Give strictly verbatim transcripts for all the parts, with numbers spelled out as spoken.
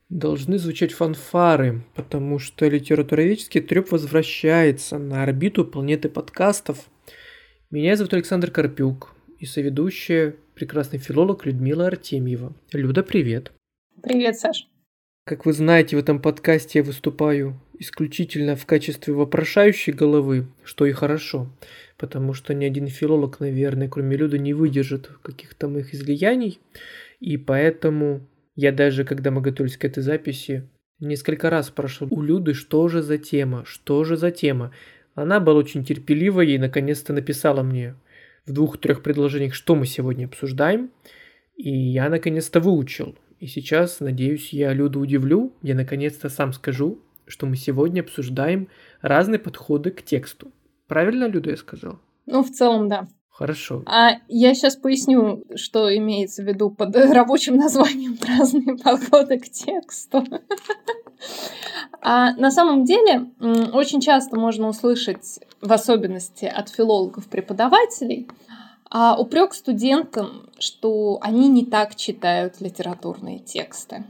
Должны звучать фанфары, потому что литературоведческий трёп возвращается на орбиту планеты подкастов. Меня зовут Александр Карпюк и соведущая прекрасный филолог Людмила Артемьева. Люда, привет. Привет, Саш. Как вы знаете, в этом подкасте я выступаю исключительно в качестве вопрошающей головы, что и хорошо, потому что ни один филолог, наверное, кроме Люды, не выдержит каких-то моих излияний, и поэтому я даже, когда мы готовились к этой записи, несколько раз спрашивал у Люды, что же за тема, что же за тема. Она была очень терпелива и наконец-то написала мне в двух-трех предложениях, что мы сегодня обсуждаем, и я наконец-то выучил. И сейчас, надеюсь, я Люду удивлю, я наконец-то сам скажу, что мы сегодня обсуждаем разные подходы к тексту. Правильно, Люда, я сказал? Ну, в целом, да. Хорошо. А я сейчас поясню, что имеется в виду под рабочим названием «разные подходы к тексту». А на самом деле очень часто можно услышать, в особенности от филологов-преподавателей, упрек студентам, что они не так читают литературные тексты.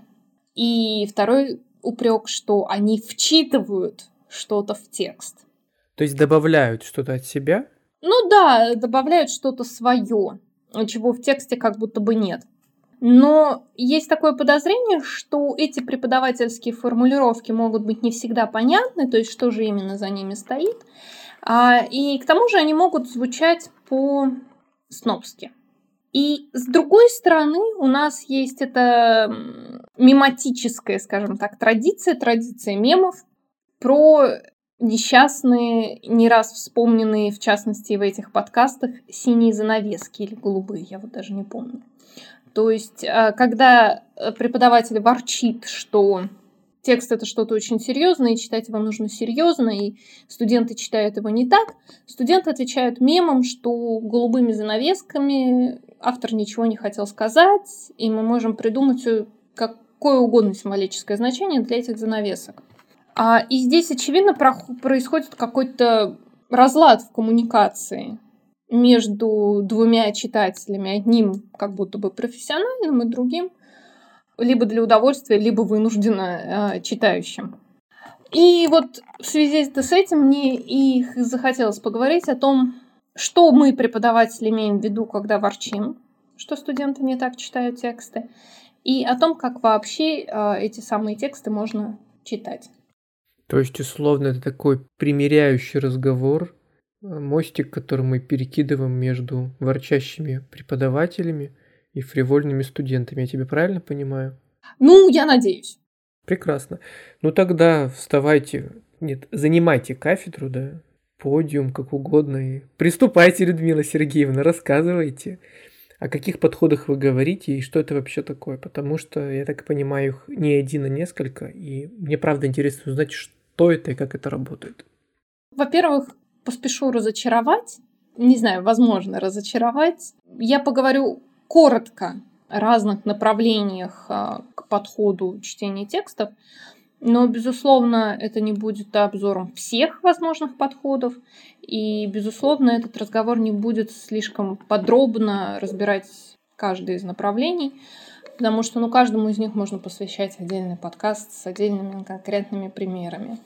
И второй упрек, что они вчитывают что-то в текст. То есть добавляют что-то от себя? Ну да, добавляют что-то свое, чего в тексте как будто бы нет. Но есть такое подозрение, что эти преподавательские формулировки могут быть не всегда понятны, то есть что же именно за ними стоит. И к тому же они могут звучать по-снобски. И с другой стороны, у нас есть эта мематическая, скажем так, традиция, традиция мемов про несчастные, не раз вспомненные, в частности, в этих подкастах, синие занавески или голубые, я вот даже не помню. То есть, когда преподаватель ворчит, что текст — это что-то очень серьезное, и читать его нужно серьезно, и студенты читают его не так, студенты отвечают мемом, что голубыми занавесками автор ничего не хотел сказать, и мы можем придумать какое угодно символическое значение для этих занавесок. А, и здесь, очевидно, происходит какой-то разлад в коммуникации между двумя читателями, одним как будто бы профессиональным и другим либо для удовольствия, либо вынужденно э, читающим. И вот в связи с этим мне и захотелось поговорить о том, что мы, преподаватели, имеем в виду, когда ворчим, что студенты не так читают тексты, и о том, как вообще э, эти самые тексты можно читать. То есть, условно, это такой примиряющий разговор, мостик, который мы перекидываем между ворчащими преподавателями и фривольными студентами. Я тебя правильно понимаю? Ну, я надеюсь. Прекрасно. Ну тогда вставайте, нет, занимайте кафедру, да, подиум, как угодно, и приступайте, Людмила Сергеевна, рассказывайте, о каких подходах вы говорите и что это вообще такое, потому что, я так понимаю, их не один, а несколько, и мне правда интересно узнать, что это и как это работает. Во-первых, поспешу разочаровать, не знаю, возможно, разочаровать. Я поговорю коротко о разных направлениях к подходу чтения текстов, но, безусловно, это не будет обзором всех возможных подходов, и, безусловно, этот разговор не будет слишком подробно разбирать каждое из направлений, потому что ну, каждому из них можно посвящать отдельный подкаст с отдельными конкретными примерами.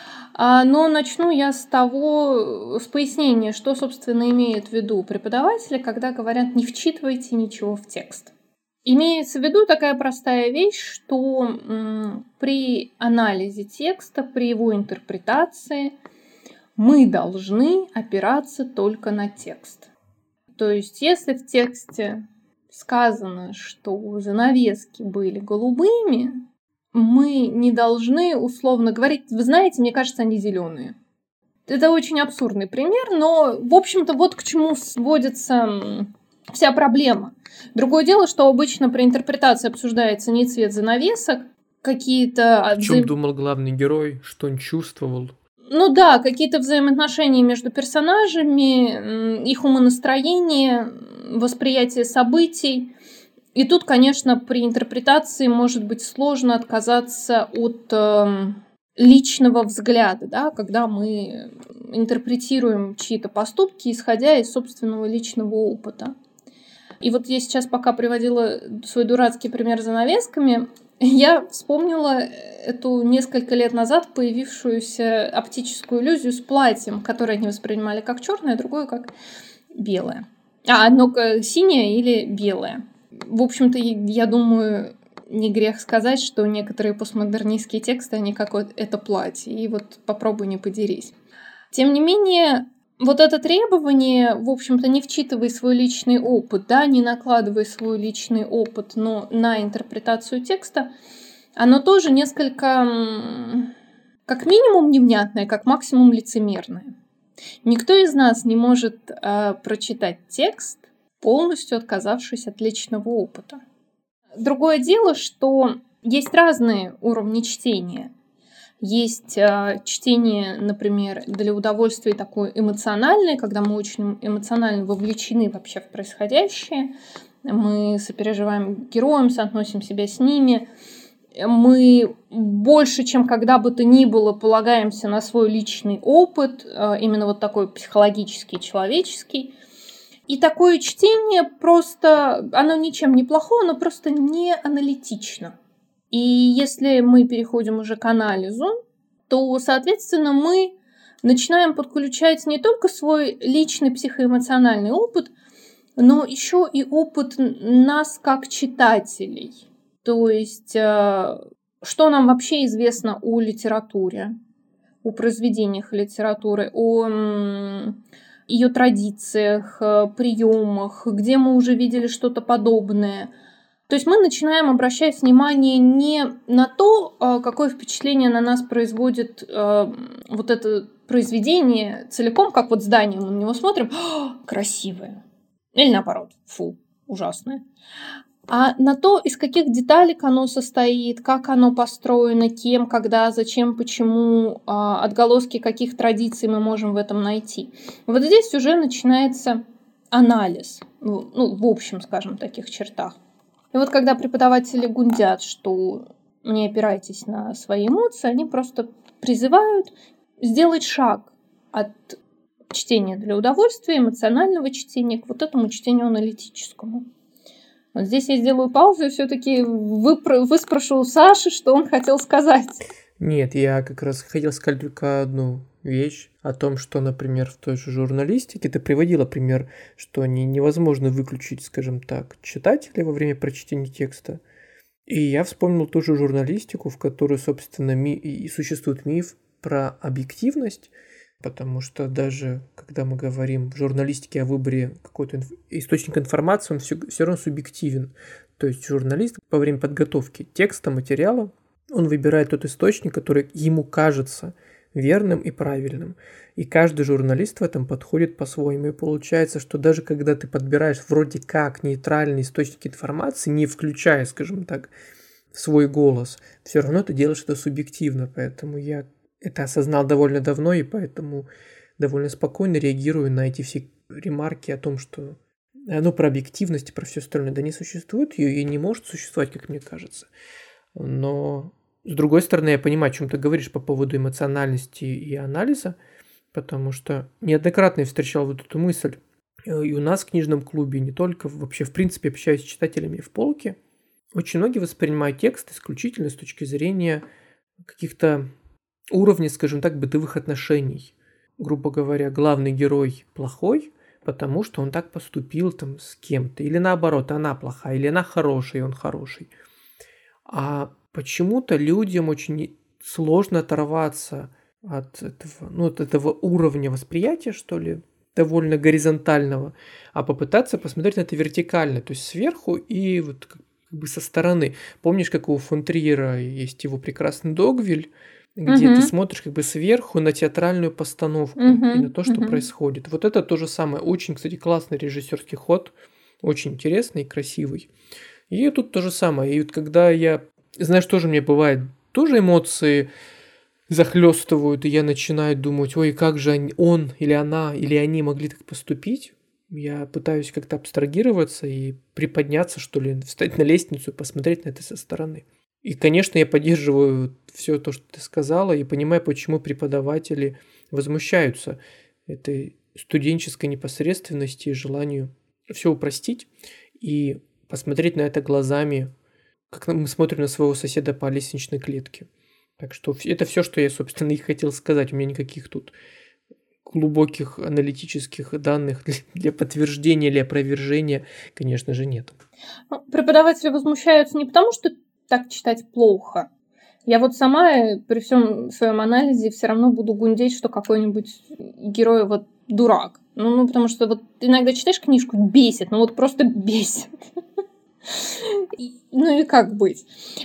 Но начну я с того, с пояснения, что, собственно, имеет в виду преподаватели, когда говорят «не вчитывайте ничего в текст». Имеется в виду такая простая вещь, что м, при анализе текста, при его интерпретации мы должны опираться только на текст. То есть, если в тексте сказано, что занавески были голубыми, мы не должны условно говорить, вы знаете, мне кажется, они зеленые. Это очень абсурдный пример, но, в общем-то, вот к чему сводится вся проблема. Другое дело, что обычно при интерпретации обсуждается не цвет занавесок, какие-то... О чем думал главный герой, что он чувствовал? Ну да, какие-то взаимоотношения между персонажами, их умонастроение, восприятие событий. И тут, конечно, при интерпретации может быть сложно отказаться от э, личного взгляда, да, когда мы интерпретируем чьи-то поступки, исходя из собственного личного опыта. И вот я сейчас пока приводила свой дурацкий пример с занавесками, Я вспомнила эту несколько лет назад появившуюся оптическую иллюзию с платьем, которое они воспринимали как черное, а другое как белое. А, одно синее или белое. В общем-то, я думаю, не грех сказать, что некоторые постмодернистские тексты, они как вот это платье, и вот попробуй не подерись. Тем не менее, вот это требование, в общем-то, не вчитывай свой личный опыт, да, не накладывай свой личный опыт, но на интерпретацию текста, оно тоже несколько, как минимум, невнятное, как максимум лицемерное. Никто из нас не может э, прочитать текст, полностью отказавшись от личного опыта. Другое дело, что есть разные уровни чтения. Есть э, чтение, например, для удовольствия такое эмоциональное, когда мы очень эмоционально вовлечены вообще в происходящее. Мы сопереживаем героям, соотносим себя с ними. Мы больше, чем когда бы то ни было, полагаемся на свой личный опыт, э, именно вот такой психологический, человеческий. И такое чтение просто, оно ничем не плохое, оно просто не аналитично. И если мы переходим уже к анализу, то, соответственно, мы начинаем подключать не только свой личный психоэмоциональный опыт, но еще и опыт нас как читателей. То есть, что нам вообще известно о литературе, о произведениях литературы, о ее традициях, приемах, где мы уже видели что-то подобное. То есть мы начинаем обращать внимание не на то, какое впечатление на нас производит вот это произведение целиком, как вот здание, мы на него смотрим, красивое, или наоборот, фу, ужасное, а на то, из каких деталек оно состоит, как оно построено, кем, когда, зачем, почему, отголоски каких традиций мы можем в этом найти. Вот здесь уже начинается анализ, ну, в общем, скажем, таких чертах. И вот когда преподаватели гундят, что не опирайтесь на свои эмоции, они просто призывают сделать шаг от чтения для удовольствия, эмоционального чтения, к вот этому чтению аналитическому. Вот здесь я сделаю паузу и все-таки выпро- выспрошу у Саши, что он хотел сказать. Нет, я как раз хотел сказать только одну вещь о том, что, например, в той же журналистике ты приводила пример, что не, невозможно выключить, скажем так, читателя во время прочтения текста. И я вспомнил ту же журналистику, в которой, собственно, ми- и существует миф про объективность, потому что даже когда мы говорим в журналистике о выборе какого-то инф- источника информации, он все, все равно субъективен. То есть журналист во время подготовки текста, материала, он выбирает тот источник, который ему кажется верным и правильным. И каждый журналист в этом подходит по-своему. И получается, что даже когда ты подбираешь вроде как нейтральный источник информации, не включая, скажем так, свой голос, все равно ты делаешь это субъективно. Поэтому я это осознал довольно давно, и поэтому довольно спокойно реагирую на эти все ремарки о том, что ну, про объективность и про все остальное. Да не существует ее и не может существовать, как мне кажется. Но с другой стороны, я понимаю, о чем ты говоришь по поводу эмоциональности и анализа, потому что неоднократно я встречал вот эту мысль и у нас в книжном клубе, не только, вообще в принципе общаюсь с читателями в полке, очень многие воспринимают текст исключительно с точки зрения каких-то уровней, скажем так, бытовых отношений. Грубо говоря, главный герой плохой, потому что он так поступил там с кем-то, или наоборот, она плохая, или она хорошая, и он хороший. А почему-то людям очень сложно оторваться от этого, ну, от этого уровня восприятия, что ли, довольно горизонтального, а попытаться посмотреть на это вертикально, то есть сверху и вот как бы со стороны. Помнишь, как у фон Триера есть его прекрасный Догвиль, где uh-huh. ты смотришь как бы сверху на театральную постановку uh-huh. и на то, что uh-huh. происходит. Вот это то же самое. Очень, кстати, классный режиссерский ход, очень интересный и красивый. И тут то же самое. И вот когда я, знаешь, тоже мне бывает, тоже эмоции захлестывают, и я начинаю думать, ой, как же они, он или она, или они могли так поступить. Я пытаюсь как-то абстрагироваться и приподняться, что ли, встать на лестницу и посмотреть на это со стороны. И, конечно, я поддерживаю все то, что ты сказала, и понимаю, почему преподаватели возмущаются этой студенческой непосредственности и желанию все упростить и посмотреть на это глазами как мы смотрим на своего соседа по лестничной клетке. Так что это все, что я, собственно, и хотел сказать. У меня никаких тут глубоких аналитических данных для подтверждения или опровержения, конечно же, нет. Ну, преподаватели возмущаются не потому, что так читать плохо. Я вот сама при всем своем анализе все равно буду гундеть, что какой-нибудь герой вот дурак. Ну, ну, потому что вот иногда читаешь книжку, бесит, ну вот просто бесит. Ну и как быть?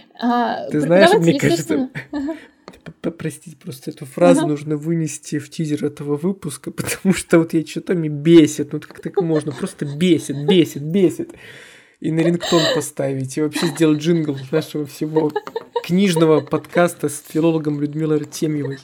Ты знаешь, мне кажется... Простите, просто эту фразу ага. нужно вынести в тизер этого выпуска, потому что вот я что-то мне бесит, ну как так можно, просто бесит, бесит, бесит. И на рингтон поставить, и вообще сделать джингл нашего всего книжного подкаста с филологом Людмилой Артемьевой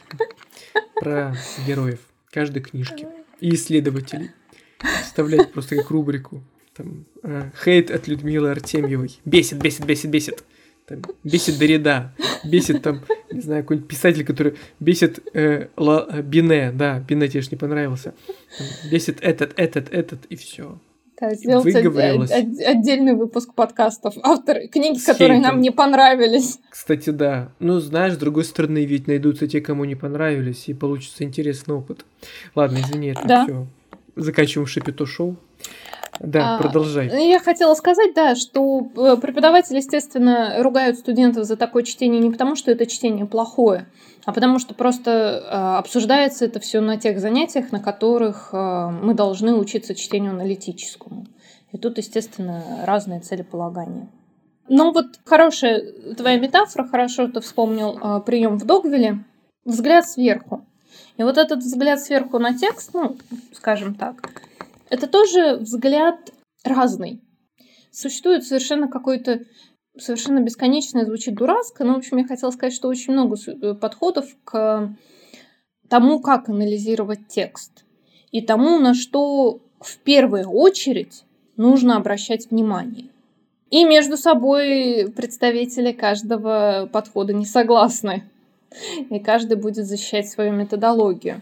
про героев каждой книжки и исследователей. Вставлять просто как рубрику. Там, э, хейт от Людмилы Артемьевой. Бесит, бесит, бесит, бесит. Там, бесит Дорида, бесит там, не знаю, какой-нибудь писатель, который бесит э, Ла, Бине, да, Бине тебе же не понравился, там, бесит этот, этот, этот, и все. Да, сделайте од- отдельный выпуск подкастов, авторы книги, с которые хейтом. Нам не понравились. Кстати, да. Ну, знаешь, с другой стороны, ведь найдутся те, кому не понравились, и получится интересный опыт. Ладно, извини, это да. все. Заканчиваем Шапито-шоу. Да, а, продолжай. Я хотела сказать, да, что преподаватели, естественно, ругают студентов за такое чтение не потому, что это чтение плохое, а потому что просто а, обсуждается это все на тех занятиях, на которых а, мы должны учиться чтению аналитическому. И тут, естественно, разные целеполагания. Но вот хорошая твоя метафора, хорошо ты вспомнил а, прием в Догвилле, взгляд сверху. И вот этот взгляд сверху на текст, ну, скажем так, это тоже взгляд разный. Существует совершенно какой-то, совершенно бесконечное, звучит дурацко, но, в общем, я хотела сказать, что очень много подходов к тому, как анализировать текст, и тому, на что в первую очередь нужно обращать внимание. И между собой представители каждого подхода не согласны, и каждый будет защищать свою методологию.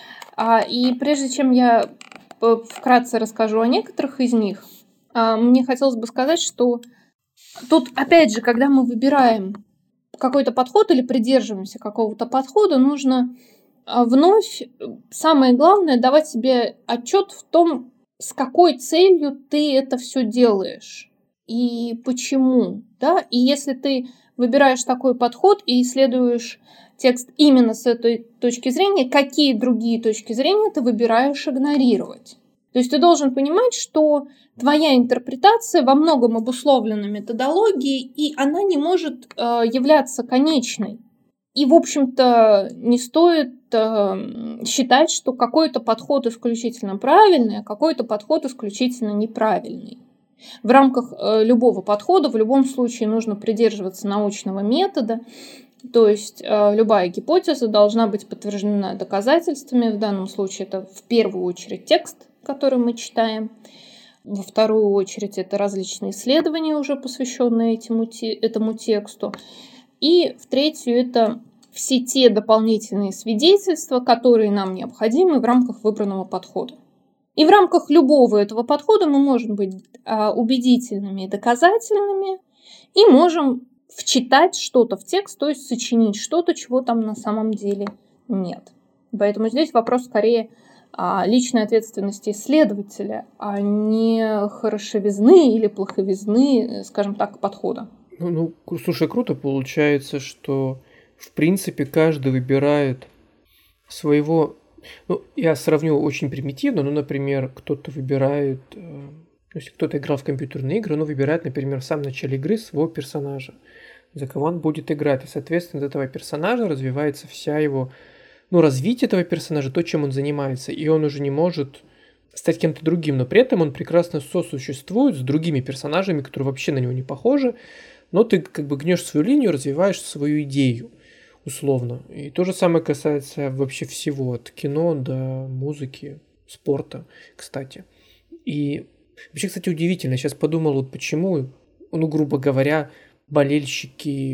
И прежде чем я вкратце расскажу о некоторых из них, мне хотелось бы сказать, что тут, опять же, когда мы выбираем какой-то подход или придерживаемся какого-то подхода, нужно вновь, самое главное, давать себе отчет в том, с какой целью ты это все делаешь и почему. Да? И если ты выбираешь такой подход и исследуешь текст именно с этой точки зрения, какие другие точки зрения ты выбираешь игнорировать. То есть ты должен понимать, что твоя интерпретация во многом обусловлена методологией, и она не может э, являться конечной. И, в общем-то, не стоит э, считать, что какой-то подход исключительно правильный, а какой-то подход исключительно неправильный. В рамках э, любого подхода в любом случае нужно придерживаться научного метода. То есть э, любая гипотеза должна быть подтверждена доказательствами. В данном случае это в первую очередь текст, который мы читаем. Во вторую очередь это различные исследования, уже посвященные этому, этому тексту. И в третью это все те дополнительные свидетельства, которые нам необходимы в рамках выбранного подхода. И в рамках любого этого подхода мы можем быть э, убедительными и доказательными, и можем вчитать что-то в текст, то есть сочинить что-то, чего там на самом деле нет. Поэтому здесь вопрос скорее о личной ответственности исследователя, а не хорошевизны или плоховизны, скажем так, подхода. Ну, ну, слушай, круто получается, что в принципе каждый выбирает своего... Ну, я сравню очень примитивно, ну, например, кто-то выбирает... Если кто-то играл в компьютерные игры, ну, выбирает, например, в самом начале игры своего персонажа, за кого он будет играть. И, соответственно, от этого персонажа развивается вся его, ну, развитие этого персонажа, то, чем он занимается. И он уже не может стать кем-то другим, но при этом он прекрасно сосуществует с другими персонажами, которые вообще на него не похожи, но ты как бы гнешь свою линию, развиваешь свою идею, условно. И то же самое касается вообще всего, от кино до музыки, спорта, кстати. И вообще, кстати, удивительно, сейчас подумал, вот почему, ну, грубо говоря, болельщики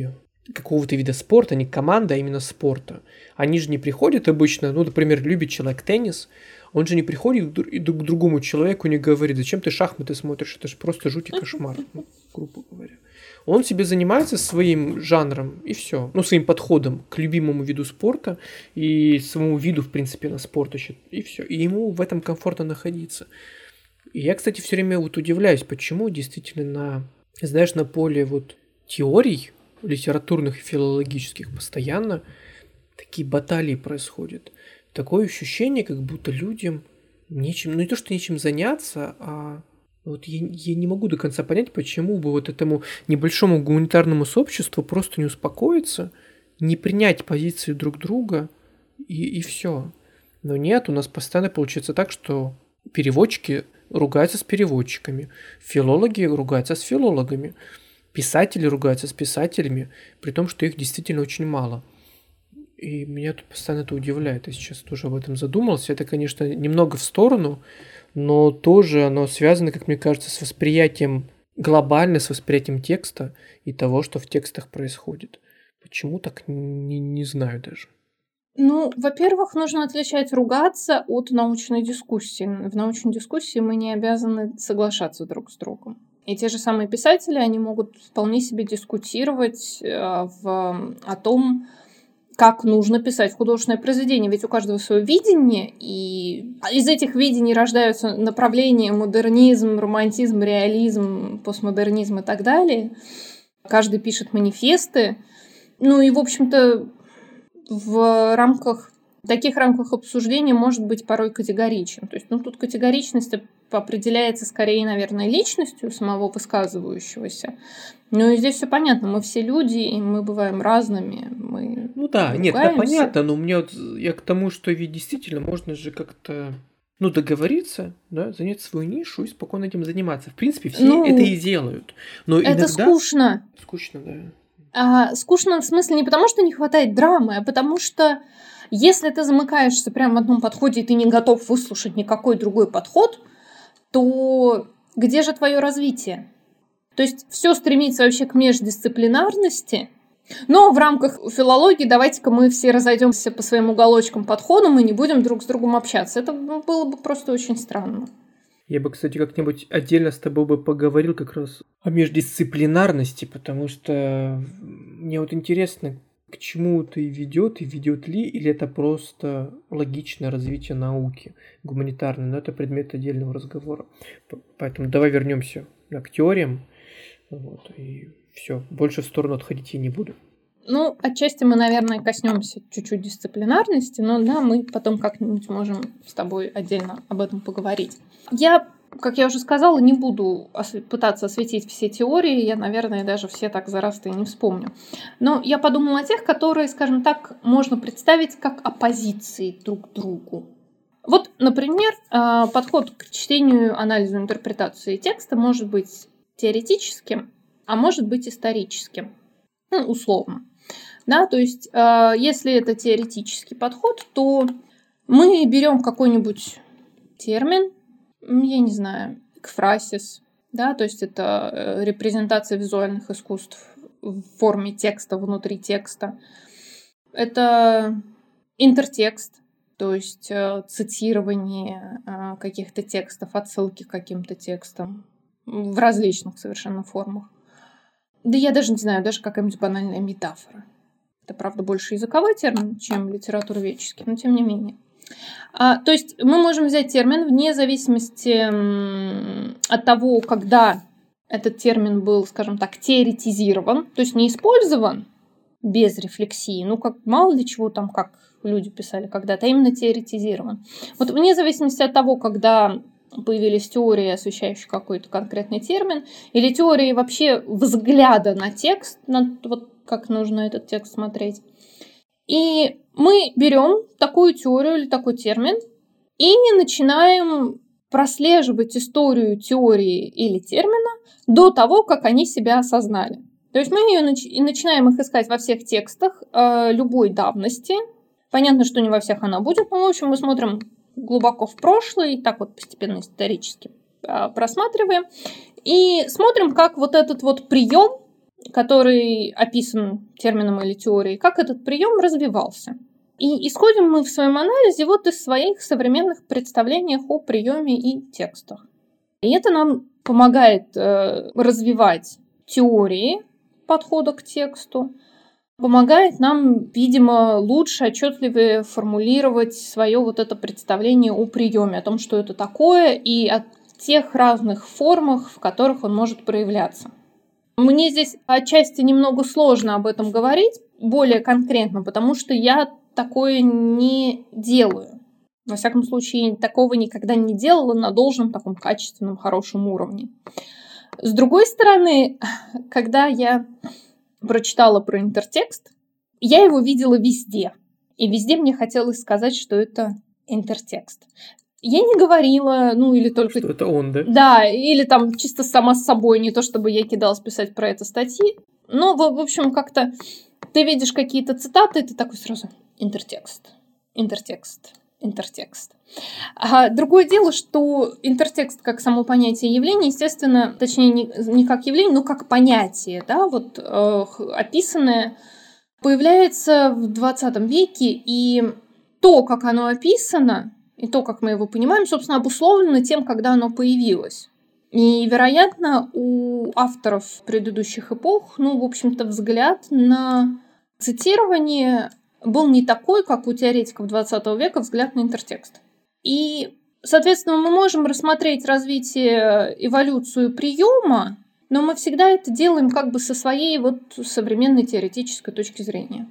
какого-то вида спорта, не команда, а именно спорта. Они же не приходят обычно, ну, например, любит человек теннис, он же не приходит к другому человеку и не говорит, зачем ты шахматы смотришь, это же просто жуть и кошмар, ну, грубо говоря. Он себе занимается своим жанром и все, ну, своим подходом к любимому виду спорта и самому виду, в принципе, на спорт еще, и все. И ему в этом комфортно находиться. И я, кстати, все время вот удивляюсь, почему действительно на, знаешь, на поле вот теорий литературных и филологических постоянно такие баталии происходят. Такое ощущение, как будто людям нечем, ну не то, что нечем заняться, а вот я, я не могу до конца понять, почему бы вот этому небольшому гуманитарному сообществу просто не успокоиться, не принять позицию друг друга и, и все. Но нет, у нас постоянно получается так, что переводчики ругаются с переводчиками, филологи ругаются с филологами, писатели ругаются с писателями, при том, что их действительно очень мало. И меня тут постоянно это удивляет. Я сейчас тоже об этом задумался. Это, конечно, немного в сторону, но тоже оно связано, как мне кажется, с восприятием, глобально с восприятием текста и того, что в текстах происходит. Почему так, не, не знаю даже. Ну, во-первых, нужно отличать ругаться от научной дискуссии. В научной дискуссии мы не обязаны соглашаться друг с другом. И те же самые писатели, они могут вполне себе дискутировать э, в, о том, как нужно писать художественное произведение. Ведь у каждого свое видение, и из этих видений рождаются направления модернизм, романтизм, реализм, постмодернизм и так далее. Каждый пишет манифесты. Ну и, в общем-то, в рамках, в таких рамках обсуждения может быть порой категоричен. То есть, ну, тут категоричность определяется скорее, наверное, личностью самого высказывающегося. Ну и здесь все понятно, мы все люди, и мы бываем разными. Мы ну да, нет, да, понятно, но у меня вот я к тому, что ведь действительно можно же как-то, ну, договориться, да, занять свою нишу и спокойно этим заниматься. В принципе, все ну, это и делают. Но это иногда... скучно. Скучно, да. А, скучно в смысле не потому, что не хватает драмы, а потому что если ты замыкаешься прямо в одном подходе, и ты не готов выслушать никакой другой подход, то где же твое развитие? То есть все стремится вообще к междисциплинарности, но в рамках филологии давайте-ка мы все разойдемся по своим уголочкам подходам и не будем друг с другом общаться. Это было бы просто очень странно. Я бы, кстати, как-нибудь отдельно с тобой бы поговорил как раз о междисциплинарности, потому что мне вот интересно, к чему это и ведет, и ведет ли, или это просто логичное развитие науки гуманитарной, но это предмет отдельного разговора. Поэтому давай вернемся к теориям, вот, и все, больше в сторону отходить я не буду. Ну, отчасти мы, наверное, коснемся чуть-чуть дисциплинарности, но да, мы потом как-нибудь можем с тобой отдельно об этом поговорить. Я, как я уже сказала, не буду осв- пытаться осветить все теории, я, наверное, даже все так за раз-то и не вспомню. Но я подумала о тех, которые, скажем так, можно представить как оппозиции друг к другу. Вот, например, подход к чтению, анализу, интерпретации текста может быть теоретическим, а может быть историческим, ну, условно. Да, то есть, если это теоретический подход, то мы берем какой-нибудь термин, я не знаю, экфрасис, да, то есть это репрезентация визуальных искусств в форме текста, внутри текста. Это интертекст, то есть цитирование каких-то текстов, отсылки к каким-то текстам в различных совершенно формах. Да я даже не знаю, даже какая-нибудь банальная метафора. Это, правда, больше языковой термин, чем литературоведческий, но тем не менее. А, то есть мы можем взять термин вне зависимости м, от того, когда этот термин был, скажем так, теоретизирован, то есть не использован без рефлексии, ну, как мало ли чего там, как люди писали когда-то, а именно теоретизирован. Вот вне зависимости от того, когда появились теории, освещающие какой-то конкретный термин, или теории вообще взгляда на текст, на вот как нужно этот текст смотреть. И мы берем такую теорию или такой термин и начинаем прослеживать историю теории или термина до того, как они себя осознали. То есть мы ее нач- и начинаем их искать во всех текстах э, любой давности. Понятно, что не во всех она будет, но в общем мы смотрим глубоко в прошлое, и так вот постепенно исторически э, просматриваем. И смотрим, как вот этот вот прием который описан термином или теорией, как этот прием развивался. И исходим мы в своем анализе вот из своих современных представлений о приеме и текстах. И это нам помогает э, развивать теории подхода к тексту, помогает нам, видимо, лучше, отчетливее формулировать свое вот это представление о приеме, о том, что это такое, и о тех разных формах, в которых он может проявляться. Мне здесь отчасти немного сложно об этом говорить, более конкретно, потому что я такое не делаю. Во всяком случае, такого никогда не делала на должном таком качественном, хорошем уровне. С другой стороны, когда я прочитала про интертекст, я его видела везде. И везде мне хотелось сказать, что это интертекст. Я не говорила, ну или только... Что это он, да? Да, или там чисто сама с собой, не то чтобы я кидалась писать про это статьи. Но, в общем, как-то ты видишь какие-то цитаты, и ты такой сразу интертекст, интертекст, интертекст. А другое дело, что интертекст как само понятие явления, естественно, точнее не, не как явление, но как понятие, да, вот э, описанное, появляется в двадцатом веке, и то, как оно описано, и то, как мы его понимаем, собственно, обусловлено тем, когда оно появилось. И, вероятно, у авторов предыдущих эпох, ну, в общем-то, взгляд на цитирование был не такой, как у теоретиков двадцатого века взгляд на интертекст. И, соответственно, мы можем рассмотреть развитие, эволюцию приема, но мы всегда это делаем как бы со своей вот современной теоретической точки зрения.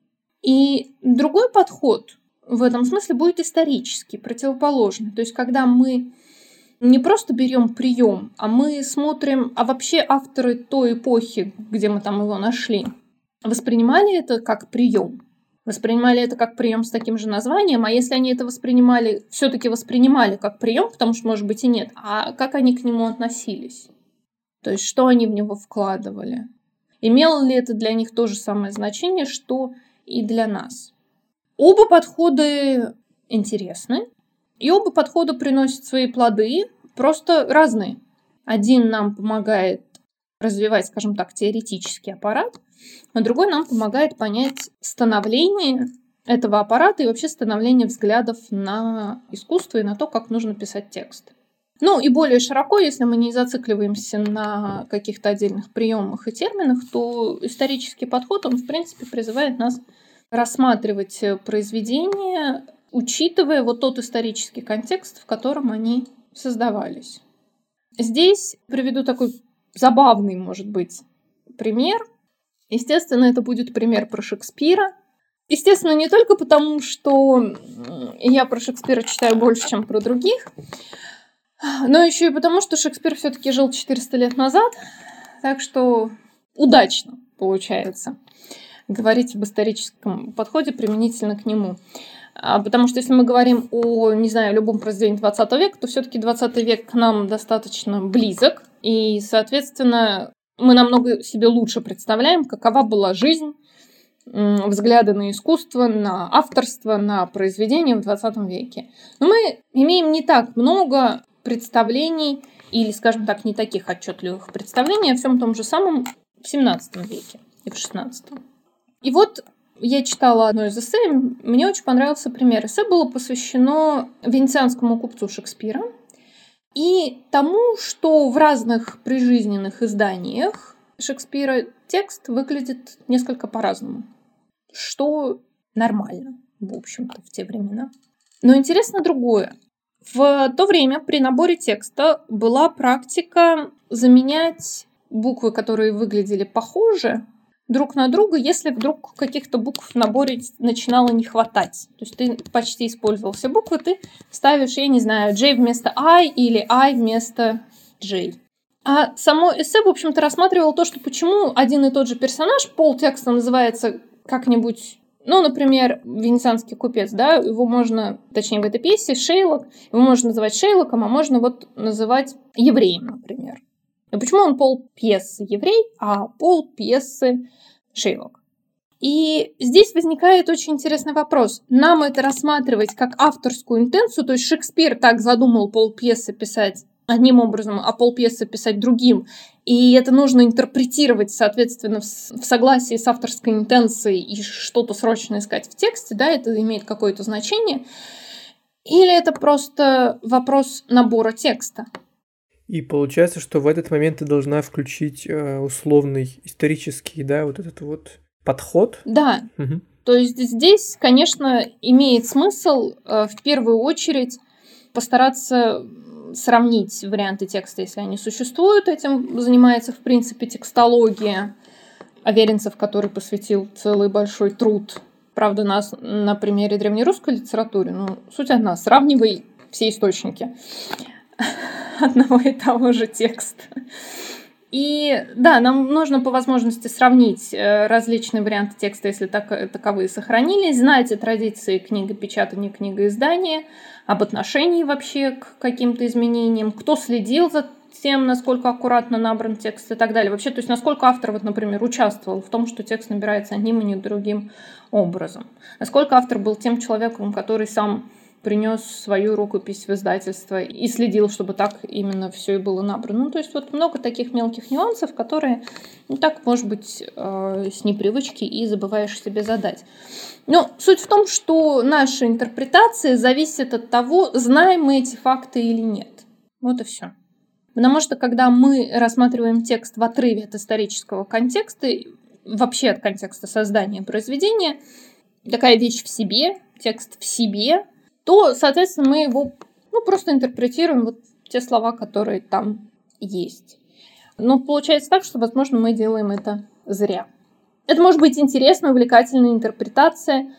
И другой подход в этом смысле будет исторический, противоположный. То есть, когда мы не просто берем прием, а мы смотрим, а вообще авторы той эпохи, где мы там его нашли, воспринимали это как прием. Воспринимали это как прием с таким же названием, а если они это воспринимали, все-таки воспринимали как прием, потому что, может быть, и нет, а как они к нему относились? То есть, что они в него вкладывали? Имело ли это для них то же самое значение, что и для нас? Оба подхода интересны, и оба подхода приносят свои плоды, просто разные. Один нам помогает развивать, скажем так, теоретический аппарат, а другой нам помогает понять становление этого аппарата и вообще становление взглядов на искусство и на то, как нужно писать текст. Ну и более широко, если мы не зацикливаемся на каких-то отдельных приемах и терминах, то исторический подход, он, в принципе, призывает нас рассматривать произведения, учитывая вот тот исторический контекст, в котором они создавались. Здесь приведу такой забавный, может быть, пример. Естественно, это будет пример про Шекспира. Естественно, не только потому, что я про Шекспира читаю больше, чем про других, но еще и потому, что Шекспир все-таки жил четыреста лет назад, так что удачно получается говорить об историческом подходе применительно к нему. Потому что если мы говорим о, не знаю, любом произведении двадцатого века, то все-таки двадцатый век к нам достаточно близок, и, соответственно, мы намного себе лучше представляем, какова была жизнь, взгляды на искусство, на авторство, на произведения в двадцатом веке. Но мы имеем не так много представлений, или, скажем так, не таких отчетливых представлений о всем том же самом в семнадцатом веке и в шестнадцатом. И вот я читала одно из эссе, мне очень понравился пример. Эссе было посвящено венецианскому купцу Шекспира и тому, что в разных прижизненных изданиях Шекспира текст выглядит несколько по-разному, что нормально, в общем-то, в те времена. Но интересно другое. В то время при наборе текста была практика заменять буквы, которые выглядели похоже, друг на друга, если вдруг каких-то букв в наборе начинало не хватать. То есть ты почти использовал все буквы, ты ставишь, я не знаю, J вместо I или I вместо J. А само эссе, в общем-то, рассматривало то, что почему один и тот же персонаж, полтекста называется как-нибудь, ну, например, венецианский купец, да, его можно, точнее, в этой пьесе Шейлок, его можно называть Шейлоком, а можно вот называть евреем, например. И почему он пол пьесы еврей, а пол пьесы Шейлок? И здесь возникает очень интересный вопрос. Нам это рассматривать как авторскую интенцию, то есть Шекспир так задумал пол пьесы писать одним образом, а полпьесы писать другим. И это нужно интерпретировать, соответственно, в согласии с авторской интенцией и что-то срочно искать в тексте, да, это имеет какое-то значение. Или это просто вопрос набора текста. И получается, что в этот момент ты должна включить э, условный исторический, да, вот этот вот подход. Да. Угу. То есть здесь, конечно, имеет смысл э, в первую очередь постараться сравнить варианты текста, если они существуют. Этим занимается, в принципе, текстология. Аверинцев, который посвятил целый большой труд, правда, на, на примере древнерусской литературы. Но суть одна. Сравнивай все источники одного и того же текста. И да, нам нужно по возможности сравнить различные варианты текста, если так, таковые сохранились, знать о традиции книгопечатания, книгоиздания, об отношении вообще к каким-то изменениям, кто следил за тем, насколько аккуратно набран текст и так далее. Вообще, то есть насколько автор, вот, например, участвовал в том, что текст набирается одним и не другим образом. Насколько автор был тем человеком, который сам принес свою рукопись в издательство и следил, чтобы так именно все и было набрано. Ну, то есть вот много таких мелких нюансов, которые, ну, так, может быть, э, с непривычки и забываешь себе задать. Но суть в том, что наша интерпретация зависит от того, знаем мы эти факты или нет. Вот и все. Потому что, когда мы рассматриваем текст в отрыве от исторического контекста, вообще от контекста создания произведения, такая вещь в себе, текст в себе, то, соответственно, мы его ну, просто интерпретируем вот те слова, которые там есть. Но получается так, что, возможно, мы делаем это зря. Это может быть интересная, увлекательная интерпретация,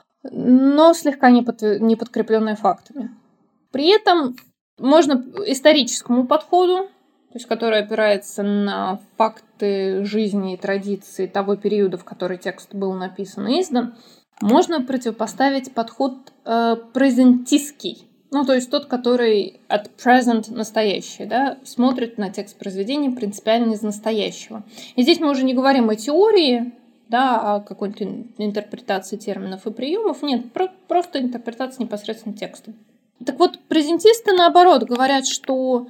но слегка не, под, не подкрепленная фактами. При этом можно историческому подходу, то есть который опирается на факты жизни и традиции того периода, в который текст был написан и издан, можно противопоставить подход э, презентистский, ну, то есть тот, который от present настоящий, да, смотрит на текст произведения принципиально из настоящего. И здесь мы уже не говорим о теории, да, о какой-то интерпретации терминов и приемов, нет, про- просто интерпретация непосредственно текста. Так вот, презентисты, наоборот, говорят, что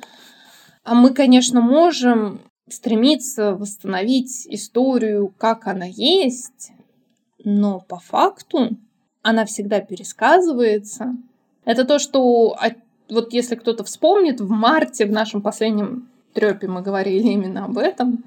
мы, конечно, можем стремиться восстановить историю, как она есть, но по факту она всегда пересказывается. Это то, что вот если кто-то вспомнит, в марте в нашем последнем трёпе мы говорили именно об этом.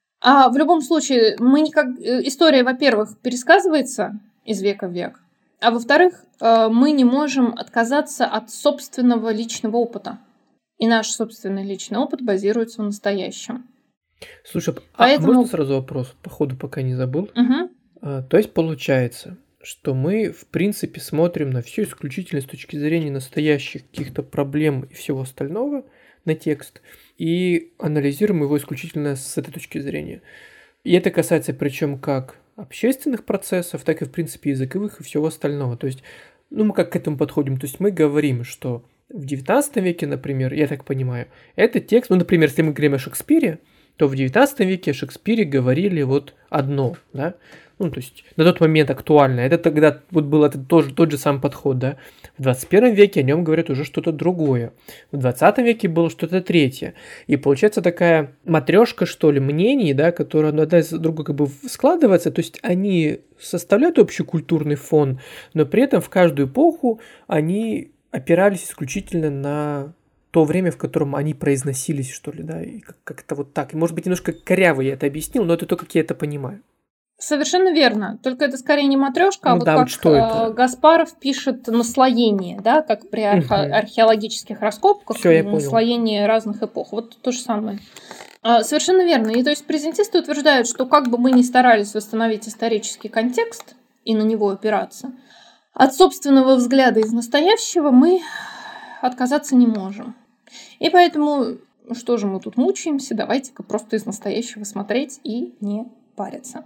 А в любом случае, мы никак... история, во-первых, пересказывается из века в век, а во-вторых, мы не можем отказаться от собственного личного опыта. И наш собственный личный опыт базируется в настоящем. Слушай, Поэтому... а можно сразу вопрос? Походу, пока не забыл. Угу. А, то есть получается, что мы, в принципе, смотрим на все исключительно с точки зрения настоящих каких-то проблем и всего остального на текст, и анализируем его исключительно с этой точки зрения. И это касается причем как общественных процессов, так и, в принципе, языковых и всего остального. То есть, ну, мы как к этому подходим? То есть мы говорим, что в девятнадцатом веке, например, я так понимаю, этот текст, ну, например, если мы говорим о Шекспире, то в девятнадцатом веке о Шекспире говорили вот одно, да, ну, то есть на тот момент актуально. Это тогда вот был это тоже тот же самый подход, да. В двадцать первом веке о нем говорят уже что-то другое. В двадцатом веке было что-то третье. И получается такая матрешка, что ли, мнений, да, которая одна из другой как бы складывается. То есть они составляют общекультурный фон, но при этом в каждую эпоху они опирались исключительно на то время, в котором они произносились, что ли, да, и как-то вот так. И, может быть, немножко коряво я это объяснил, но это то, как я это понимаю. Совершенно верно. Только это скорее не матрешка, ну, а вот да, как вот что это? Гаспаров пишет наслоение, да, как при архе- археологических раскопках, Всё, я наслоение понял. разных эпох. Вот то же самое. Совершенно верно. И то есть презентисты утверждают, что как бы мы ни старались восстановить исторический контекст и на него опираться, от собственного взгляда из настоящего мы отказаться не можем. И поэтому, что же мы тут мучаемся, давайте-ка просто из настоящего смотреть и не париться.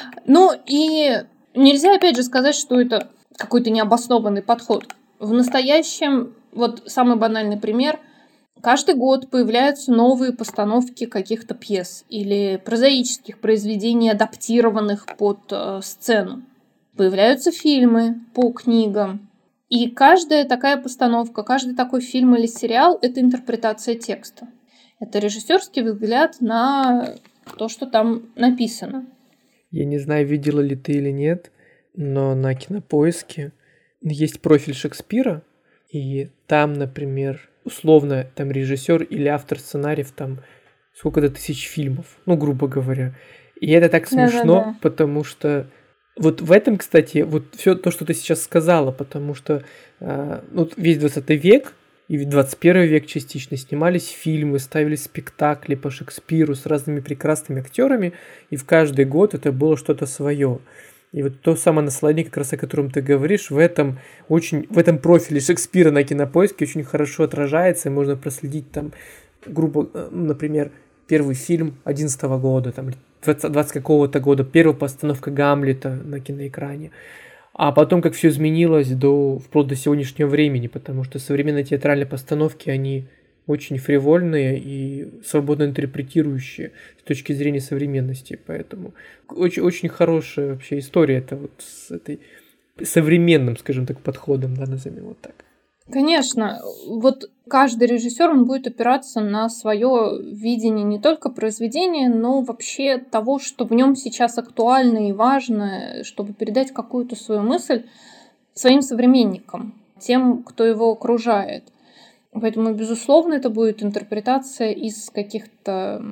Ну и нельзя опять же сказать, что это какой-то необоснованный подход. В настоящем, вот самый банальный пример, каждый год появляются новые постановки каких-то пьес или прозаических произведений, адаптированных под э, сцену. Появляются фильмы по книгам. И каждая такая постановка, каждый такой фильм или сериал – это интерпретация текста. Это режиссерский взгляд на то, что там написано. Я не знаю, видела ли ты или нет, но на Кинопоиске есть профиль Шекспира, и там, например, условно, там режиссер или автор сценариев, там сколько-то тысяч фильмов, ну, грубо говоря. И это так смешно, Да-да-да. потому что вот в этом, кстати, вот все то, что ты сейчас сказала, потому что э, ну, весь двадцатый век и двадцать первый век частично снимались фильмы, ставились спектакли по Шекспиру с разными прекрасными актерами, и в каждый год это было что-то свое. И вот то самое наслаждение, как раз о котором ты говоришь, в этом очень, в этом профиле Шекспира на Кинопоиске очень хорошо отражается, и можно проследить там, грубо, например, первый фильм одиннадцатого года, там, двадцать какого-то года, первая постановка Гамлета на киноэкране. А потом, как все изменилось до, вплоть до сегодняшнего времени, потому что современные театральные постановки, они очень фривольные и свободно интерпретирующие с точки зрения современности. Поэтому очень, очень хорошая вообще история это вот с этой современным, скажем так, подходом, да, назовем вот так. Конечно, вот каждый режиссер, он будет опираться на свое видение не только произведения, но вообще того, что в нем сейчас актуально и важно, чтобы передать какую-то свою мысль своим современникам, тем, кто его окружает. Поэтому, безусловно, это будет интерпретация из каких-то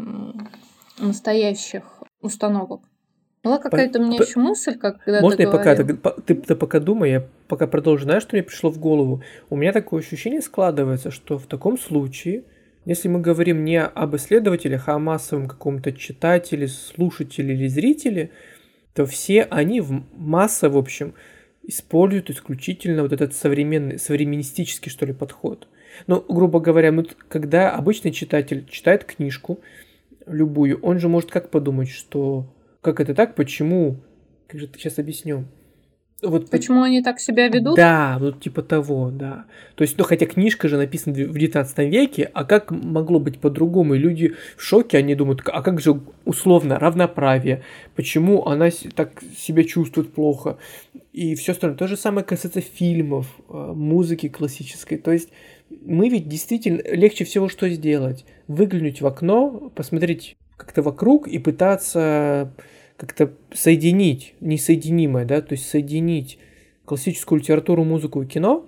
настоящих установок. Была какая-то у меня По- еще мысль, когда Можно ты я пока, говорил. ты, ты, ты пока думай, я пока продолжу. Знаешь, что мне пришло в голову? У меня такое ощущение складывается, что в таком случае, если мы говорим не об исследователях, а о массовом каком-то читателе, слушателе или зрителе, то все они в масса, в общем, используют исключительно вот этот современный, современнистический, что ли, подход. Ну, грубо говоря, ну, когда обычный читатель читает книжку любую, он же может как подумать, что как это так, почему, как же ты сейчас объясню? Вот, Почему они так себя ведут? Да, вот типа того, да. То есть, ну, хотя книжка же написана в девятнадцатом веке, а как могло быть по-другому? И люди в шоке, они думают, а как же условно равноправие? Почему она так себя чувствует плохо? И все остальное. То же самое касается фильмов, музыки классической. То есть, мы ведь действительно легче всего что сделать? Выглянуть в окно, посмотреть как-то вокруг и пытаться как-то соединить несоединимое, да, то есть соединить классическую литературу, музыку и кино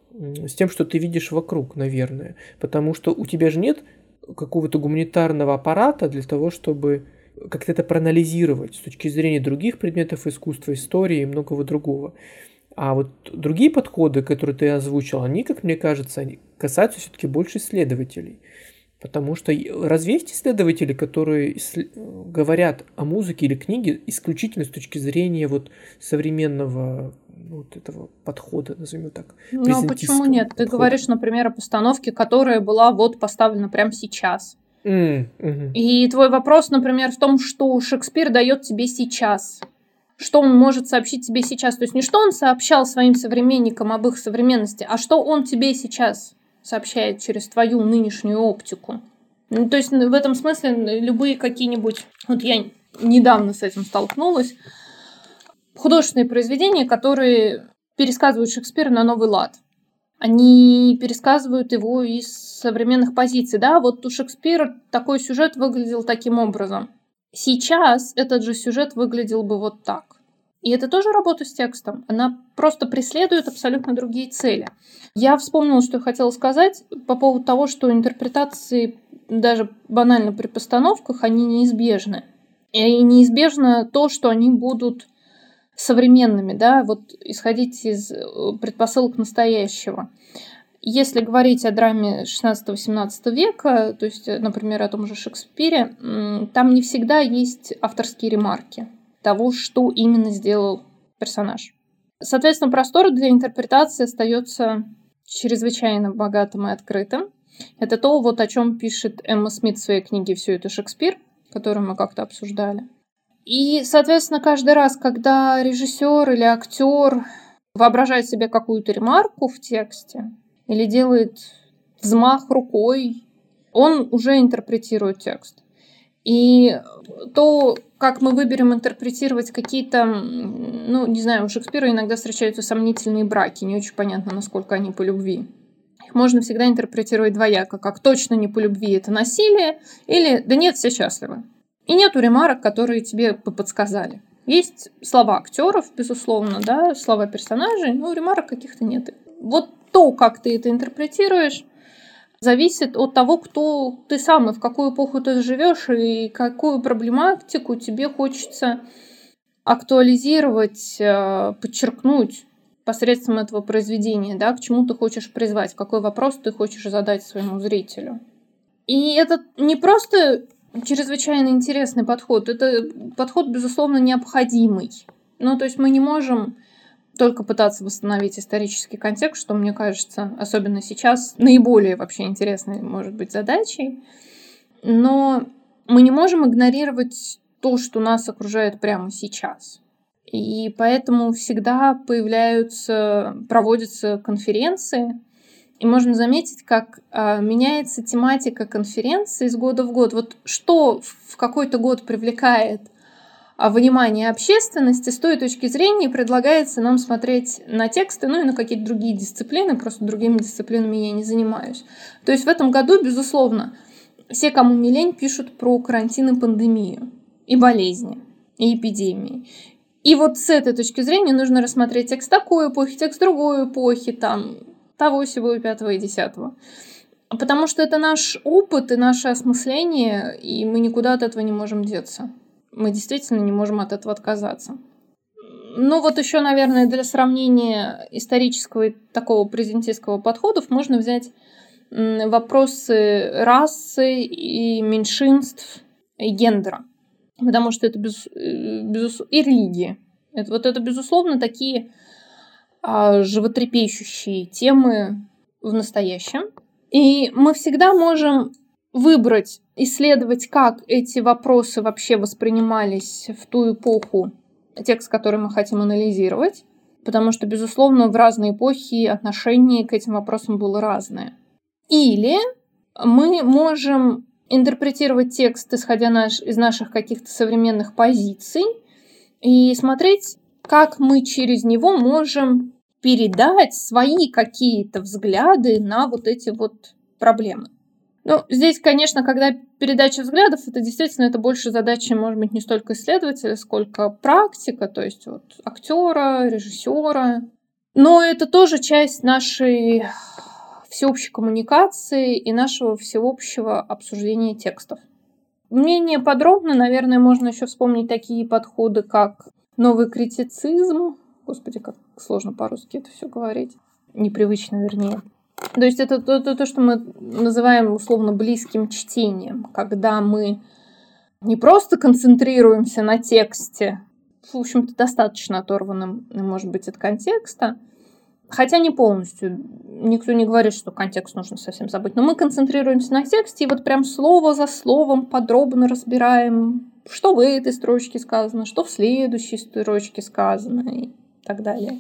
с тем, что ты видишь вокруг, наверное. Потому что у тебя же нет какого-то гуманитарного аппарата для того, чтобы как-то это проанализировать с точки зрения других предметов искусства, истории и многого другого. А вот другие подходы, которые ты озвучил, они, как мне кажется, они касаются все-таки больше исследователей. Потому что разве есть исследователи, которые говорят о музыке или книге исключительно с точки зрения вот современного вот этого подхода, назовем его так, Ну, а почему нет? подхода. Ты говоришь, например, о постановке, которая была вот поставлена прямо сейчас. Mm, угу. И твой вопрос, например, в том, что Шекспир дает тебе сейчас. Что он может сообщить тебе сейчас. То есть не что он сообщал своим современникам об их современности, а что он тебе сейчас сообщает через твою нынешнюю оптику. Ну, то есть в этом смысле любые какие-нибудь... Вот я недавно с этим столкнулась. Художественные произведения, которые пересказывают Шекспира на новый лад. Они пересказывают его из современных позиций. Да, вот у Шекспира такой сюжет выглядел таким образом. Сейчас этот же сюжет выглядел бы вот так. И это тоже работа с текстом. Она просто преследует абсолютно другие цели. Я вспомнила, что я хотела сказать по поводу того, что интерпретации даже банально при постановках, они неизбежны. И неизбежно то, что они будут современными, да, вот исходить из предпосылок настоящего. Если говорить о драме шестнадцатого-семнадцатого века, то есть, например, о том же Шекспире, там не всегда есть авторские ремарки того, что именно сделал персонаж. Соответственно, простор для интерпретации остается чрезвычайно богатым и открытым. Это то, вот о чем пишет Эмма Смит в своей книге «Все это Шекспир», которую мы как-то обсуждали. И, соответственно, каждый раз, когда режиссер или актер воображает себе какую-то ремарку в тексте или делает взмах рукой, он уже интерпретирует текст. И то, как мы выберем интерпретировать какие-то, ну, не знаю, у Шекспира иногда встречаются сомнительные браки, не очень понятно, насколько они по любви. Их можно всегда интерпретировать двояко, как точно не по любви это насилие, или да нет, все счастливы. И нету ремарок, которые тебе подсказали. Есть слова актеров, безусловно, да, слова персонажей, но ремарок каких-то нет. Вот то, как ты это интерпретируешь, зависит от того, кто ты сам и в какую эпоху ты живешь, и какую проблематику тебе хочется актуализировать, подчеркнуть посредством этого произведения, да, к чему ты хочешь призвать, какой вопрос ты хочешь задать своему зрителю. И это не просто чрезвычайно интересный подход, это подход, безусловно, необходимый. Ну, то есть мы не можем только пытаться восстановить исторический контекст, что, мне кажется, особенно сейчас, наиболее вообще интересной может быть задачей. Но мы не можем игнорировать то, что нас окружает прямо сейчас. И поэтому всегда появляются, проводятся конференции, и можно заметить, как а, меняется тематика конференции из года в год. Вот что в какой-то год привлекает а, внимание общественности, с той точки зрения предлагается нам смотреть на тексты, ну и на какие-то другие дисциплины, просто другими дисциплинами я не занимаюсь. То есть в этом году, безусловно, все, кому не лень, пишут про карантин и пандемию, и болезни, и эпидемии. И вот с этой точки зрения нужно рассмотреть текст такой эпохи, текст другой эпохи, там, того, сего, и пятого, и десятого. Потому что это наш опыт и наше осмысление, и мы никуда от этого не можем деться. Мы действительно не можем от этого отказаться. Ну вот еще, наверное, для сравнения исторического и такого презентистского подходов можно взять вопросы расы и меньшинств, и гендера. Потому что это без, без, и религии. Это, вот это, безусловно, такие а, животрепещущие темы в настоящем. И мы всегда можем выбрать, исследовать, как эти вопросы вообще воспринимались в ту эпоху, текст, который мы хотим анализировать. Потому что, безусловно, в разные эпохи отношение к этим вопросам было разное. Или мы можем интерпретировать текст, исходя наш, из наших каких-то современных позиций, и смотреть, как мы через него можем передать свои какие-то взгляды на вот эти вот проблемы. Ну, здесь, конечно, когда передача взглядов, это действительно это больше задача, может быть, не столько исследователя, сколько практика, то есть вот актера, режиссера. Но это тоже часть нашей всеобщей коммуникации и нашего всеобщего обсуждения текстов. Менее подробно, наверное, можно еще вспомнить такие подходы, как новый критицизм. Господи, как сложно по-русски это все говорить. Непривычно, вернее. То есть это то, то, то, что мы называем условно близким чтением, когда мы не просто концентрируемся на тексте, в общем-то, достаточно оторванным, может быть, от контекста, хотя не полностью. Никто не говорит, что контекст нужно совсем забыть. Но мы концентрируемся на тексте и вот прям слово за словом подробно разбираем, что в этой строчке сказано, что в следующей строчке сказано и так далее.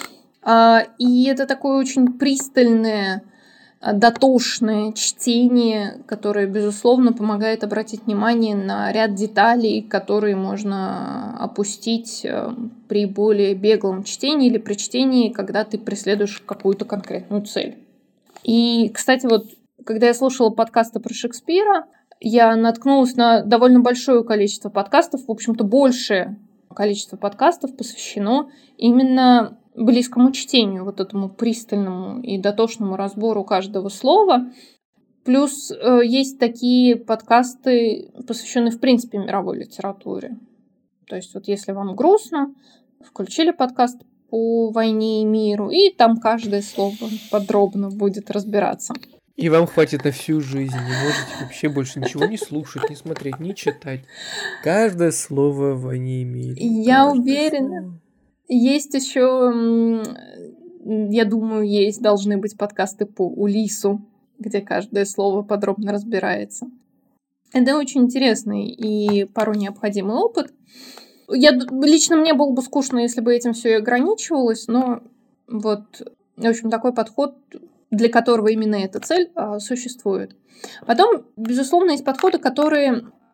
И это такое очень пристальное, дотошное чтение, которое, безусловно, помогает обратить внимание на ряд деталей, которые можно опустить при более беглом чтении или при чтении, когда ты преследуешь какую-то конкретную цель. И, кстати, вот когда я слушала подкасты про Шекспира, я наткнулась на довольно большое количество подкастов, в общем-то, большее количество подкастов посвящено именно близкому чтению, вот этому пристальному и дотошному разбору каждого слова. Плюс э, есть такие подкасты, посвященные, в принципе, мировой литературе. То есть вот если вам грустно, включили подкаст по войне и миру, и там каждое слово подробно будет разбираться. И вам хватит на всю жизнь, не можете вообще больше ничего не слушать, не смотреть, не читать. Каждое слово в войне и мире. Я уверена. Слово. Есть еще, я думаю, есть, должны быть подкасты по Улиссу, где каждое слово подробно разбирается. Это очень интересный и порой необходимый опыт. Я, лично мне было бы скучно, если бы этим все и ограничивалось, но вот, в общем, такой подход, для которого именно эта цель, существует. Потом, безусловно, есть подходы, которые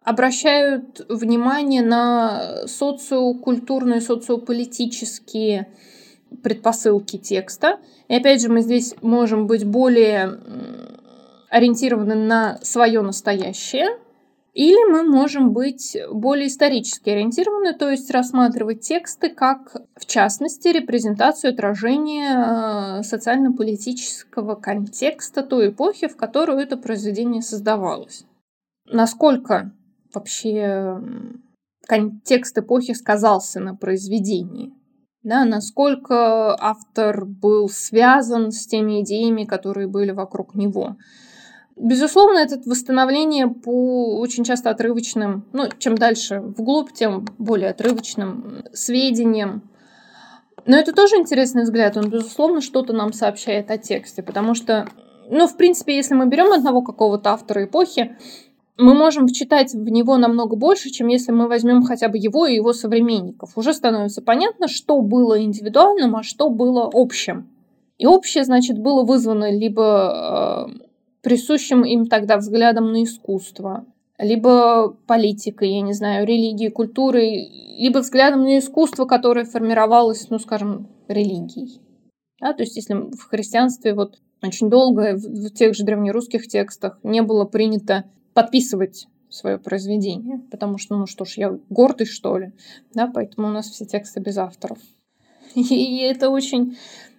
обращают внимание на социокультурные, социополитические предпосылки текста. И опять же, мы здесь можем быть более ориентированы на свое настоящее, или мы можем быть более исторически ориентированы, то есть рассматривать тексты как, в частности, репрезентацию, отражение социально-политического контекста той эпохи, в которую это произведение создавалось. Насколько вообще контекст эпохи сказался на произведении? Да, насколько автор был связан с теми идеями, которые были вокруг него? Безусловно, это восстановление по очень часто отрывочным, ну, чем дальше вглубь, тем более отрывочным сведениям. Но это тоже интересный взгляд, он, безусловно, что-то нам сообщает о тексте, потому что, ну, в принципе, если мы берем одного какого-то автора эпохи, мы можем вчитать в него намного больше, чем если мы возьмем хотя бы его и его современников. Уже становится понятно, что было индивидуальным, а что было общим. И общее, значит, было вызвано либо присущим им тогда взглядом на искусство, либо политикой, я не знаю, религией, культурой, либо взглядом на искусство, которое формировалось, ну, скажем, религией. Да, то есть, если в христианстве вот очень долго, в тех же древнерусских текстах не было принято подписывать свое произведение, потому что, ну что ж, я гордый, что ли, да, поэтому у нас все тексты без авторов. И это очень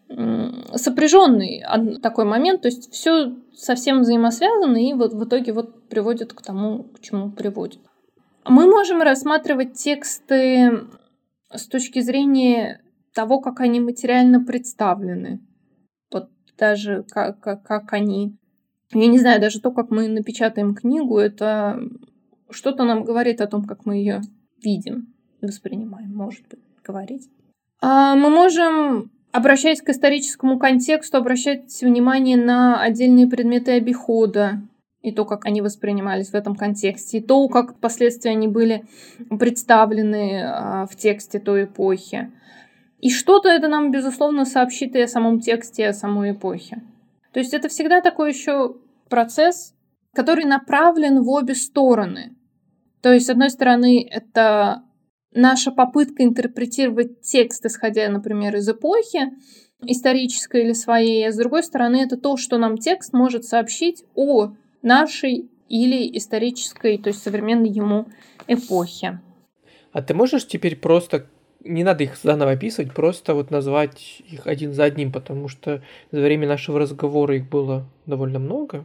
сопряженный такой момент, то есть все совсем взаимосвязано и вот в итоге вот приводит к тому, к чему приводит. Мы можем рассматривать тексты с точки зрения того, как они материально представлены. Вот даже как, как, как они... Я не знаю, даже то, как мы напечатаем книгу, это что-то нам говорит о том, как мы ее видим, воспринимаем, может быть, говорить. А мы можем... Обращаясь к историческому контексту, обращать внимание на отдельные предметы обихода и то, как они воспринимались в этом контексте, и то, как впоследствии они были представлены в тексте той эпохи. И что-то это нам, безусловно, сообщит и о самом тексте, и о самой эпохе. То есть это всегда такой еще процесс, который направлен в обе стороны. То есть, с одной стороны, это... наша попытка интерпретировать текст, исходя, например, из эпохи исторической или своей, а с другой стороны, это то, что нам текст может сообщить о нашей или исторической, то есть современной ему эпохе. А ты можешь теперь просто, не надо их заново описывать, просто вот назвать их один за одним, потому что за время нашего разговора их было довольно много,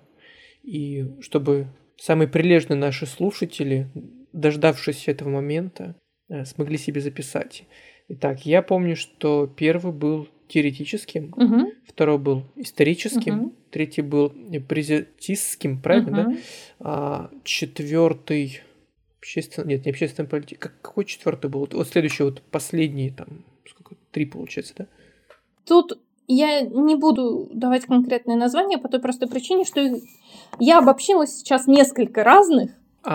и чтобы самые прилежные наши слушатели, дождавшись этого момента, смогли себе записать. Итак, я помню, что первый был теоретическим, угу. второй был историческим, угу. третий был презентистским, правильно, угу. да? А, четвертый общественно, нет, не общественная политика. Как, какой четвертый был? Вот следующий, вот последний, там, сколько, три получается, да? Тут я не буду давать конкретные названия по той простой причине, что я обобщила сейчас несколько разных,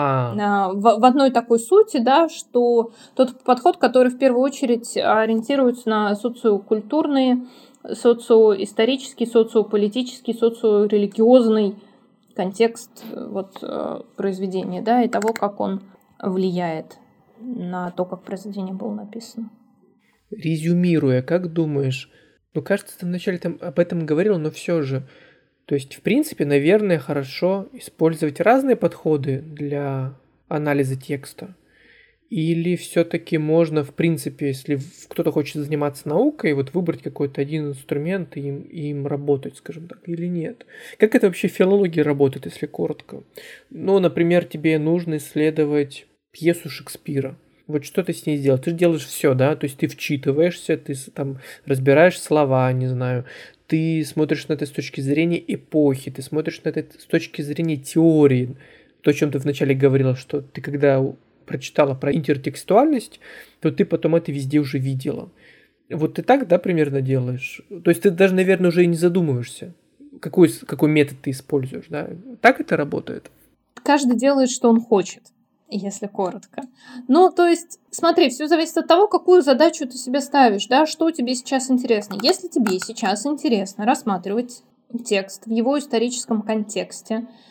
А. В, в одной такой сути, да, что тот подход, который в первую очередь ориентируется на социокультурный, социоисторический, социополитический, социорелигиозный контекст вот, произведения, да, и того, как он влияет на то, как произведение было написано. Резюмируя, как думаешь, ну, кажется, ты вначале там об этом говорил, но все же, то есть, в принципе, наверное, хорошо использовать разные подходы для анализа текста. Или все-таки можно, в принципе, если кто-то хочет заниматься наукой, вот выбрать какой-то один инструмент и им, и им работать, скажем так, или нет? Как это вообще в филологии работает, если коротко? Ну, например, тебе нужно исследовать пьесу Шекспира. Вот что ты с ней сделал? Ты же делаешь все, да? То есть ты вчитываешься, ты там разбираешь слова, не знаю, ты смотришь на это с точки зрения эпохи, ты смотришь на это с точки зрения теории. То, о чем ты вначале говорила, что ты когда прочитала про интертекстуальность, то ты потом это везде уже видела. Вот ты так, да, примерно делаешь? То есть ты даже, наверное, уже и не задумываешься, какой, какой метод ты используешь, да? Так это работает? Каждый делает, что он хочет, если коротко. Ну, то есть, смотри, все зависит от того, какую задачу ты себе ставишь, да, что тебе сейчас интересно. Если тебе сейчас интересно рассматривать текст в его историческом контексте,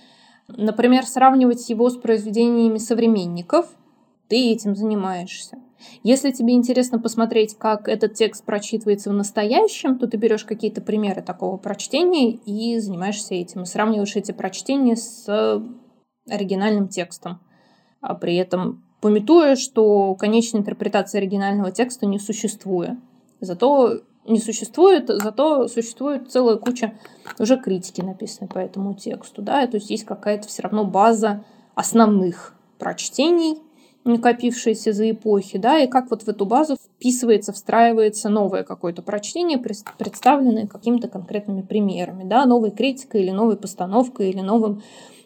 Например, сравнивать его с произведениями современников. Ты этим занимаешься. Если тебе интересно посмотреть, как этот текст прочитывается в настоящем, то ты берешь какие-то примеры такого прочтения и занимаешься этим. И сравниваешь эти прочтения с оригинальным текстом. А при этом памятуя, что конечной интерпретации оригинального текста не существует. Зато не существует, зато существует целая куча уже критики, написанной по этому тексту. Да? То есть есть какая-то все равно база основных прочтений, накопившиеся за эпохи, да, и как вот в эту базу вписывается, встраивается новое какое-то прочтение, представленное какими-то конкретными примерами, да, новой критикой или новой постановкой, или новым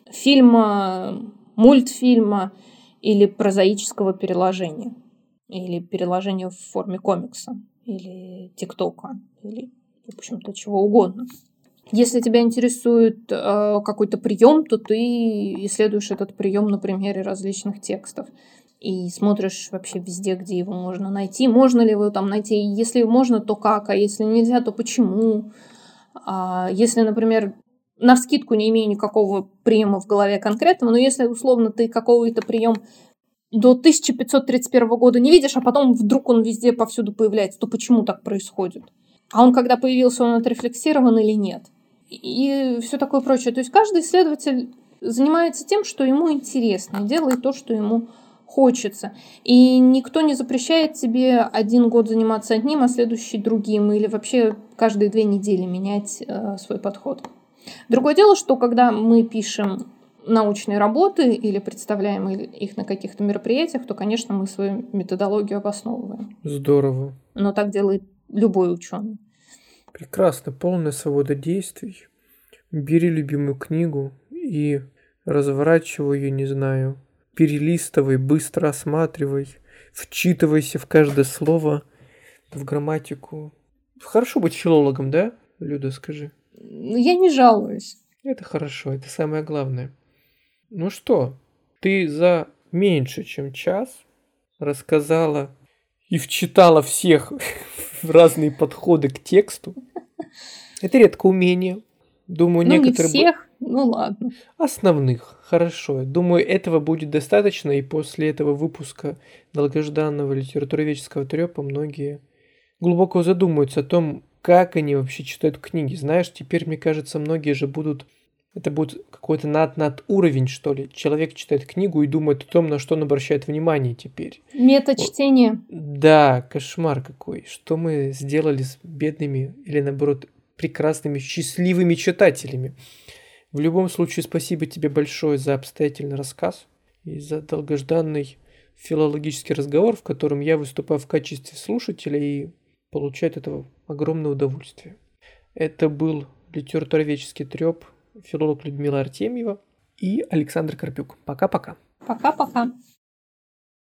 фильма, мультфильма или прозаического переложения, или переложения в форме комикса, или тиктока, или, в общем-то, чего угодно. Если тебя интересует э, какой-то прием, то ты исследуешь этот прием на примере различных текстов и смотришь вообще везде, где его можно найти. Можно ли его там найти? Если можно, то как? А если нельзя, то почему? А если, например, навскидку не имею никакого приема в голове конкретного, но если условно ты какой-то прием до тысяча пятьсот тридцать первого года не видишь, а потом вдруг он везде повсюду появляется, то почему так происходит? А он когда появился, он отрефлексирован или нет? И все такое прочее. То есть каждый исследователь занимается тем, что ему интересно, и делает то, что ему хочется. И никто не запрещает тебе один год заниматься одним, а следующий другим, или вообще каждые две недели менять э, свой подход. Другое дело, что когда мы пишем научные работы или представляем их на каких-то мероприятиях, то, конечно, мы свою методологию обосновываем. Здорово. Но так делает любой ученый. Прекрасно, полная свобода действий. Бери любимую книгу и разворачивай ее, не знаю, перелистывай, быстро осматривай, вчитывайся в каждое слово, в грамматику. Хорошо быть филологом, да, Люда, скажи? Я не жалуюсь. Это хорошо, это самое главное. Ну что, ты за меньше, чем час рассказала и вчитала всех в разные подходы к тексту. Это редкое умение. Думаю, ну, некоторые... не всех, ну ладно. Основных, хорошо. Думаю, этого будет достаточно, и после этого выпуска долгожданного литературоведческого трёпа многие глубоко задумаются о том, как они вообще читают книги. Знаешь, теперь, мне кажется, многие же будут... Это будет какой-то над-над уровень, что ли. Человек читает книгу и думает о том, на что он обращает внимание теперь. Мета-чтение. Да, кошмар какой. Что мы сделали с бедными или, наоборот, прекрасными, счастливыми читателями. В любом случае, спасибо тебе большое за обстоятельный рассказ и за долгожданный филологический разговор, в котором я выступаю в качестве слушателя и получаю от этого огромное удовольствие. Это был литературоведческий трёп, филолог Людмила Артемьева и Александр Карпюк. Пока-пока. Пока-пока.